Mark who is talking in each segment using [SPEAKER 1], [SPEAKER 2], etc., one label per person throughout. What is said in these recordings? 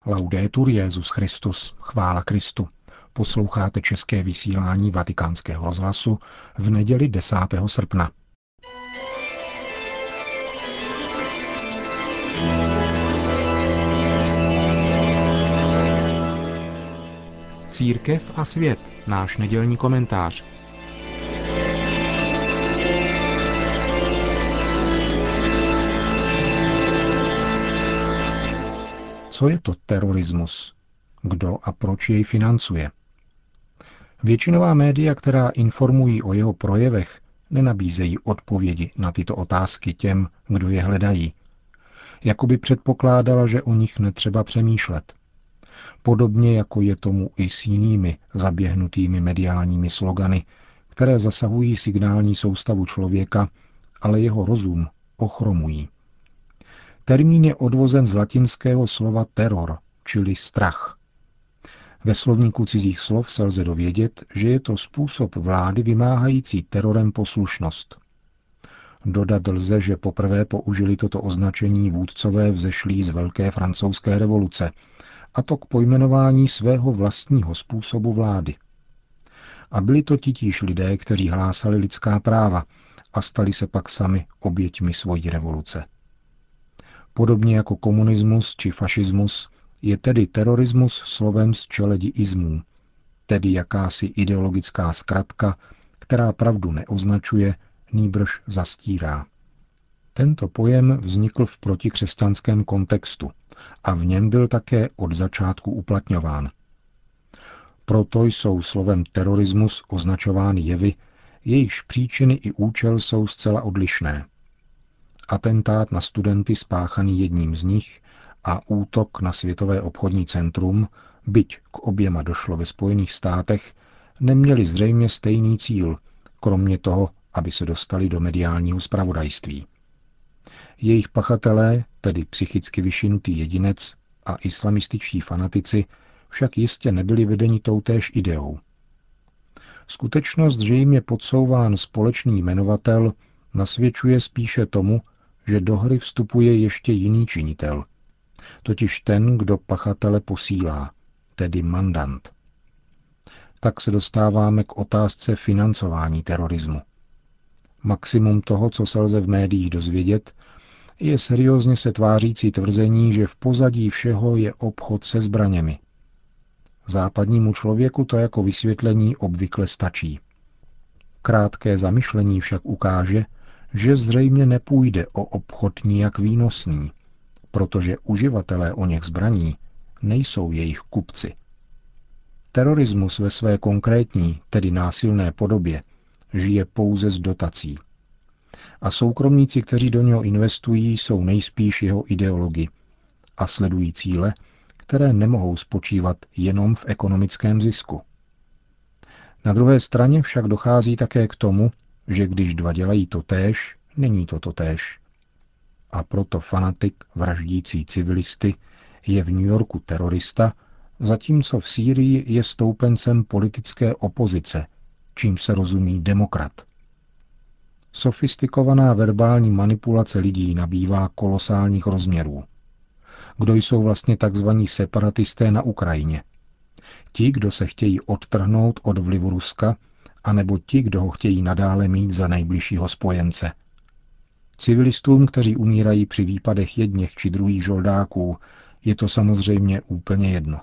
[SPEAKER 1] Laudetur Jesus Christus, chvála Kristu. Posloucháte české vysílání Vatikánského rozhlasu v neděli 10. srpna. Církev a svět, náš nedělní komentář. Co je to terorismus? Kdo a proč jej financuje? Většinová média, která informují o jeho projevech, nenabízejí odpovědi na tyto otázky těm, kdo je hledají. Jakoby předpokládala, že o nich netřeba přemýšlet. Podobně jako je tomu i s jinými zaběhnutými mediálními slogany, které zasahují signální soustavu člověka, ale jeho rozum ochromují. Termín je odvozen z latinského slova terror, čili strach. Ve slovníku cizích slov se lze dovědět, že je to způsob vlády vymáhající terorem poslušnost. Dodat lze, že poprvé použili toto označení vůdcové vzešlí z Velké francouzské revoluce, a to k pojmenování svého vlastního způsobu vlády. A byli to titíž lidé, kteří hlásali lidská práva a stali se pak sami oběťmi svojí revoluce. Podobně jako komunismus či fašismus je tedy terorismus slovem z čeledi ismů, tedy jakási ideologická zkratka, která pravdu neoznačuje, nýbrž zastírá. Tento pojem vznikl v protikřesťanském kontextu a v něm byl také od začátku uplatňován. Proto jsou slovem terorismus označovány jevy, jejichž příčiny i účel jsou zcela odlišné. Atentát na studenty spáchaný jedním z nich a útok na Světové obchodní centrum, byť k oběma došlo ve Spojených státech, neměli zřejmě stejný cíl, kromě toho, aby se dostali do mediálního zpravodajství. Jejich pachatelé, tedy psychicky vyšinutý jedinec a islamističtí fanatici, však jistě nebyli vedeni toutéž ideou. Skutečnost, že jim je podsouván společný jmenovatel, nasvědčuje spíše tomu, že do hry vstupuje ještě jiný činitel, totiž ten, kdo pachatele posílá, tedy mandant. Tak se dostáváme k otázce financování terorismu. Maximum toho, co se lze v médiích dozvědět, je seriózně se tvářící tvrzení, že v pozadí všeho je obchod se zbraněmi. Západnímu člověku to jako vysvětlení obvykle stačí. Krátké zamyšlení však ukáže, že zřejmě nepůjde o obchod nijak výnosný, protože uživatelé oněch zbraní nejsou jejich kupci. Terorismus ve své konkrétní, tedy násilné podobě, žije pouze z dotací. A soukromníci, kteří do něho investují, jsou nejspíš jeho ideologi a sledují cíle, které nemohou spočívat jenom v ekonomickém zisku. Na druhé straně však dochází také k tomu, že když dva dělají totéž, není to totéž. A proto fanatik vraždící civilisty je v New Yorku terorista, zatímco v Sýrii je stoupencem politické opozice, čím se rozumí demokrat. Sofistikovaná verbální manipulace lidí nabývá kolosálních rozměrů. Kdo jsou vlastně takzvaní separatisté na Ukrajině? Ti, kdo se chtějí odtrhnout od vlivu Ruska, anebo ti, kdo ho chtějí nadále mít za nejbližšího spojence. Civilistům, kteří umírají při výpadech jedněch či druhých žoldáků, je to samozřejmě úplně jedno.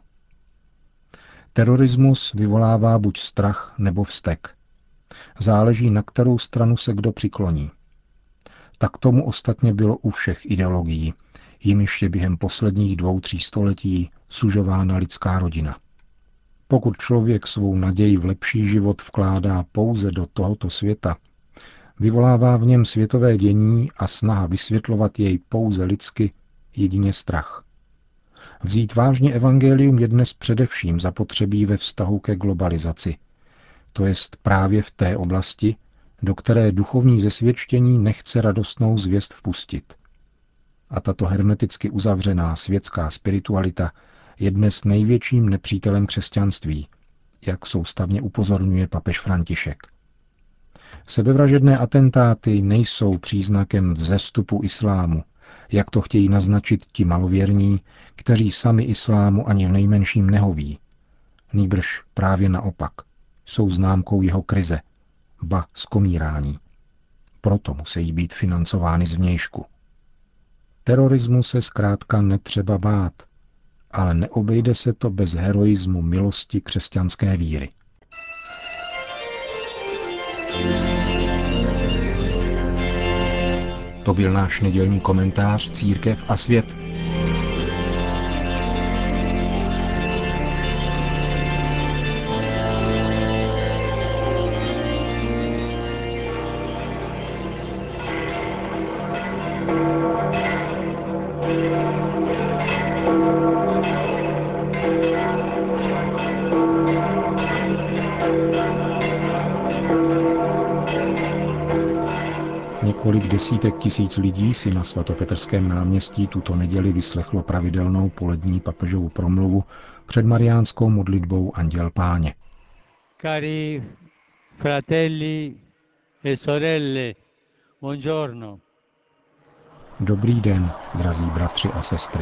[SPEAKER 1] Terorismus vyvolává buď strach nebo vztek. Záleží, na kterou stranu se kdo přikloní. Tak tomu ostatně bylo u všech ideologií, jimiž je během posledních 2-3 století sužována lidská rodina. Pokud člověk svou naději v lepší život vkládá pouze do tohoto světa, vyvolává v něm světové dění a snaha vysvětlovat jej pouze lidsky jedině strach. Vzít vážně evangelium je dnes především zapotřebí ve vztahu ke globalizaci, to jest právě v té oblasti, do které duchovní zesvědčení nechce radostnou zvěst vpustit. A tato hermeticky uzavřená světská spiritualita je dnes největším nepřítelem křesťanství, jak soustavně upozorňuje papež František. Sebevražedné atentáty nejsou příznakem vzestupu islámu, jak to chtějí naznačit ti malověrní, kteří sami islámu ani v nejmenším nehoví. Nýbrž právě naopak, jsou známkou jeho krize, ba skomírání. Proto musí být financovány zvnějšku. Terorismu se zkrátka netřeba bát, ale neobejde se to bez heroismu milosti křesťanské víry. To byl náš nedělní komentář Církev a svět. Několik desítek tisíc lidí si na svatopetrském náměstí tuto neděli vyslechlo pravidelnou polední papežovu promluvu před mariánskou modlitbou Anděl Páně.
[SPEAKER 2] Cari fratelli e sorelle, buongiorno.
[SPEAKER 1] Dobrý den, drazí bratři a sestry.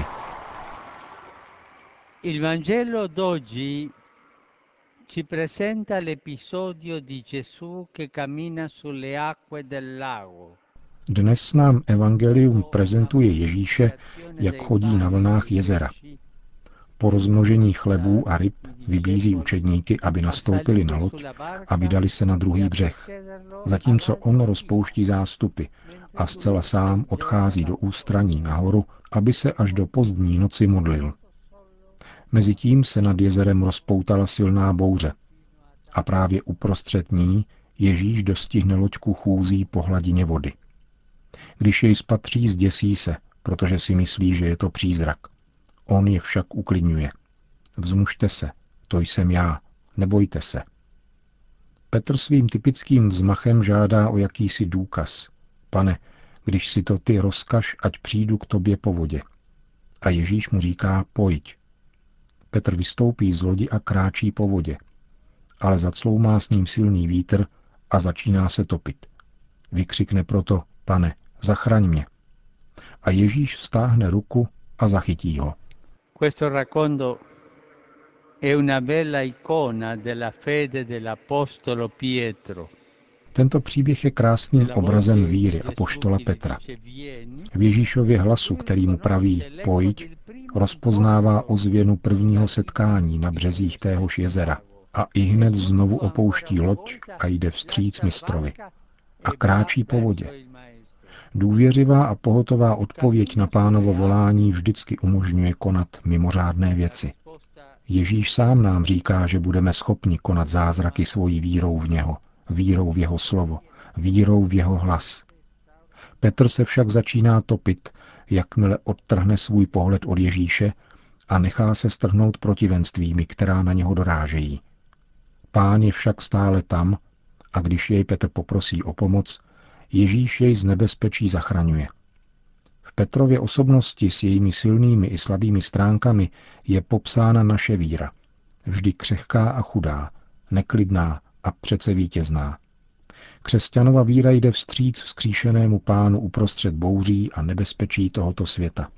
[SPEAKER 2] Il Vangelo d'oggi ci presenta l'episodio di Gesù che cammina sulle acque del lago.
[SPEAKER 1] Dnes nám evangelium prezentuje Ježíše, jak chodí na vlnách jezera. Po rozmnožení chlebů a ryb vybízí učedníky, aby nastoupili na loď a vydali se na druhý břeh, zatímco on rozpouští zástupy a zcela sám odchází do ústraní nahoru, aby se až do pozdní noci modlil. Mezitím se nad jezerem rozpoutala silná bouře a právě uprostřed ní Ježíš dostihne loďku chůzí po hladině vody. Když jej spatří, zděsí se, protože si myslí, že je to přízrak. On je však uklidňuje. Vzmužte se, to jsem já, nebojte se. Petr svým typickým vzmachem žádá o jakýsi důkaz. Pane, když si to ty rozkaž, ať přijdu k tobě po vodě. A Ježíš mu říká, pojď. Petr vystoupí z lodi a kráčí po vodě. Ale zacloumá s ním silný vítr a začíná se topit. Vykřikne proto, Pane, zachraň mě. A Ježíš vztáhne ruku a zachytí ho.
[SPEAKER 2] Questo racconto è una bella icona della fede dell'apostolo Pietro.
[SPEAKER 1] Tento příběh je krásným obrazem víry apoštola Petra. V Ježíšově hlasu, který mu praví pojď, rozpoznává ozvěnu prvního setkání na březích téhož jezera a ihned znovu opouští loď a jde vstříc mistrovi. A kráčí po vodě. Důvěřivá a pohotová odpověď na Pánovo volání vždycky umožňuje konat mimořádné věci. Ježíš sám nám říká, že budeme schopni konat zázraky svojí vírou v něho, vírou v jeho slovo, vírou v jeho hlas. Petr se však začíná topit, jakmile odtrhne svůj pohled od Ježíše a nechá se strhnout protivenstvími, která na něho dorážejí. Pán je však stále tam a když jej Petr poprosí o pomoc, Ježíš jej z nebezpečí zachraňuje. V Petrově osobnosti s jejími silnými i slabými stránkami je popsána naše víra. Vždy křehká a chudá, neklidná a přece vítězná. Křesťanova víra jde vstříc vzkříšenému Pánu uprostřed bouří a nebezpečí tohoto světa.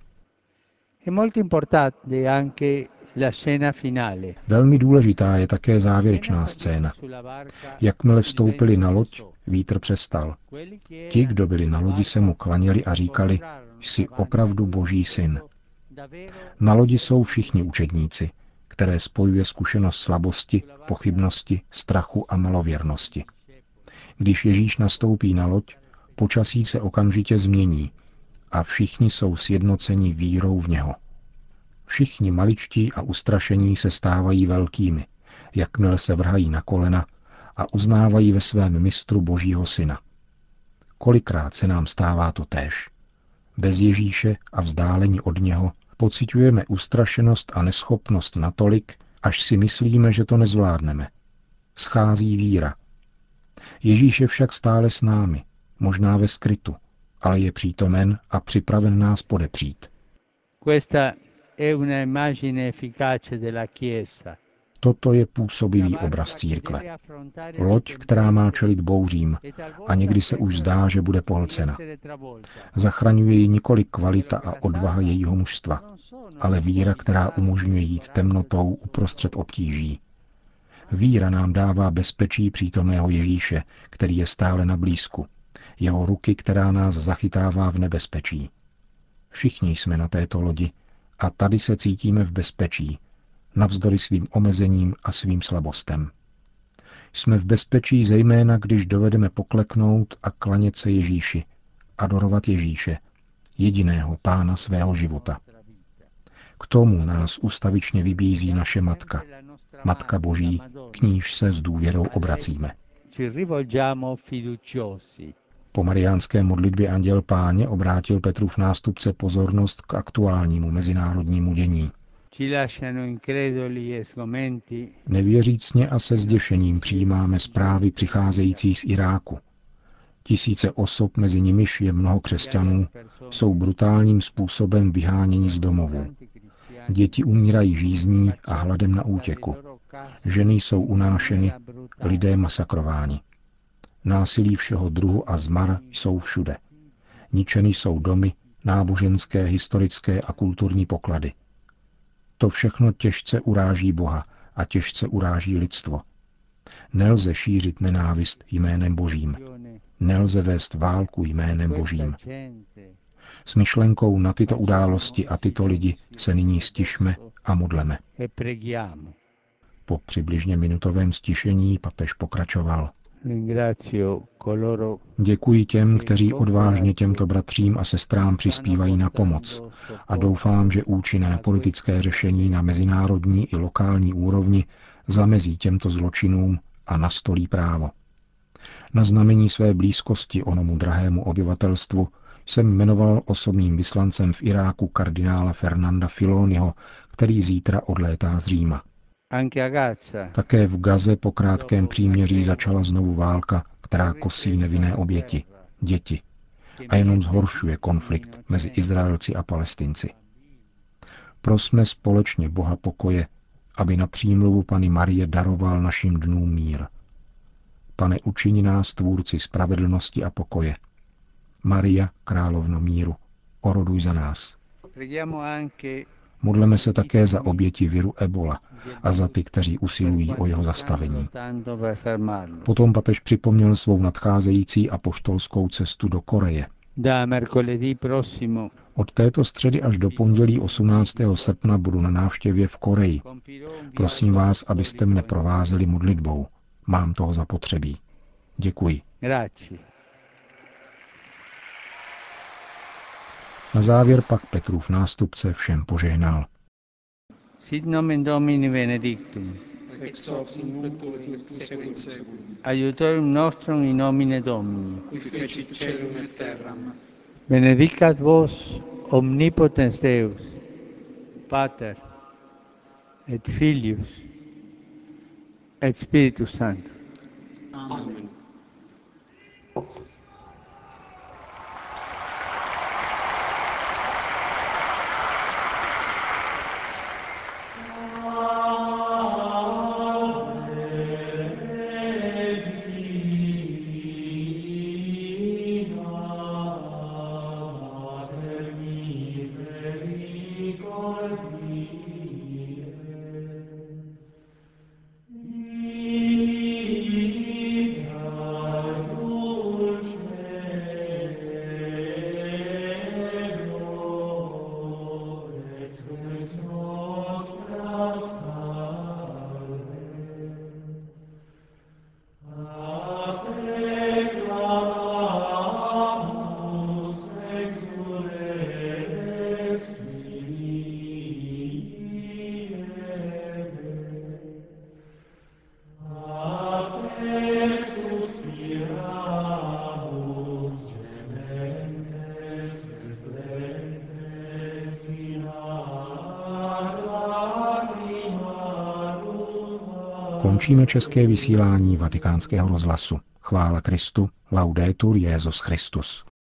[SPEAKER 1] Velmi důležitá je také závěrečná scéna. Jakmile vstoupili na loď, vítr přestal. Ti, kdo byli na lodi, se mu klaněli a říkali, jsi opravdu Boží syn. Na lodi jsou všichni učedníci, které spojuje zkušenost slabosti, pochybnosti, strachu a malověrnosti. Když Ježíš nastoupí na loď, počasí se okamžitě změní a všichni jsou sjednoceni vírou v něho. Všichni maličtí a ustrašení se stávají velkými, jakmile se vrhají na kolena a uznávají ve svém mistru Božího syna. Kolikrát se nám stává to též. Bez Ježíše a vzdálení od něho pociťujeme ustrašenost a neschopnost natolik, až si myslíme, že to nezvládneme. Schází víra. Ježíš je však stále s námi, možná ve skrytu, ale je přítomen a připraven nás podepřít.
[SPEAKER 2] Questa è una immagine efficace della Chiesa.
[SPEAKER 1] Toto je působivý obraz církve. Loď, která má čelit bouřím a někdy se už zdá, že bude pohlcena. Zachraňuje ji nikoli kvalita a odvaha jejího mužstva, ale víra, která umožňuje jít temnotou uprostřed obtíží. Víra nám dává bezpečí přítomného Ježíše, který je stále na blízku. Jeho ruky, která nás zachytává v nebezpečí. Všichni jsme na této lodi a tady se cítíme v bezpečí, navzdory svým omezením a svým slabostem. Jsme v bezpečí zejména, když dovedeme pokleknout a klanět se Ježíši, adorovat Ježíše, jediného Pána svého života. K tomu nás ustavičně vybízí naše Matka, Matka Boží, k níž se s důvěrou obracíme. Po mariánské modlitbě Anděl Páně obrátil Petrův nástupce pozornost k aktuálnímu mezinárodnímu dění. Nevěřícně a se zděšením přijímáme zprávy přicházející z Iráku. Tisíce osob, mezi nimiž je mnoho křesťanů, jsou brutálním způsobem vyháněni z domovů. Děti umírají žízní a hladem na útěku. Ženy jsou unášeny, lidé masakrováni. Násilí všeho druhu a zmar jsou všude. Ničeny jsou domy, náboženské, historické a kulturní poklady. To všechno těžce uráží Boha a těžce uráží lidstvo. Nelze šířit nenávist jménem Božím. Nelze vést válku jménem Božím. S myšlenkou na tyto události a tyto lidi se nyní stišme a modleme. Po přibližně minutovém stišení papež pokračoval. Děkuji těm, kteří odvážně těmto bratřím a sestrám přispívají na pomoc a doufám, že účinné politické řešení na mezinárodní i lokální úrovni zamezí těmto zločinům a nastolí právo. Na znamení své blízkosti onomu drahému obyvatelstvu jsem jmenoval osobním vyslancem v Iráku kardinála Fernanda Filoniho, který zítra odlétá z Říma. Také v Gaze po krátkém příměří začala znovu válka, která kosí nevinné oběti, děti, a jenom zhoršuje konflikt mezi Izraelci a Palestinci. Prosme společně Boha pokoje, aby na přímluvu Panny Marie daroval našim dnům mír. Pane, učini nás tvůrci spravedlnosti a pokoje. Maria, královno míru, oroduj za nás. Modleme se také za oběti viru Ebola a za ty, kteří usilují o jeho zastavení. Potom papež připomněl svou nadcházející apoštolskou cestu do Koreje. Od této středy až do pondělí 18. srpna budu na návštěvě v Koreji. Prosím vás, abyste mne provázeli modlitbou. Mám toho zapotřebí. Děkuji. Na závěr pak Petrův nástupce všem požehnal.
[SPEAKER 2] Sit nomen Domini benedictum.
[SPEAKER 3] Ex hoc nunc et secuit seculum.
[SPEAKER 2] Aiutorium nostrum in nomine Domini.
[SPEAKER 3] Qui fecit caelum et terram.
[SPEAKER 2] Benedicat vos omnipotens Deus, Pater et Filius et Spiritus Sanctus.
[SPEAKER 3] Amen.
[SPEAKER 1] Končíme české vysílání Vatikánského rozhlasu. Chvála Kristu, laudetur Jesus Christus.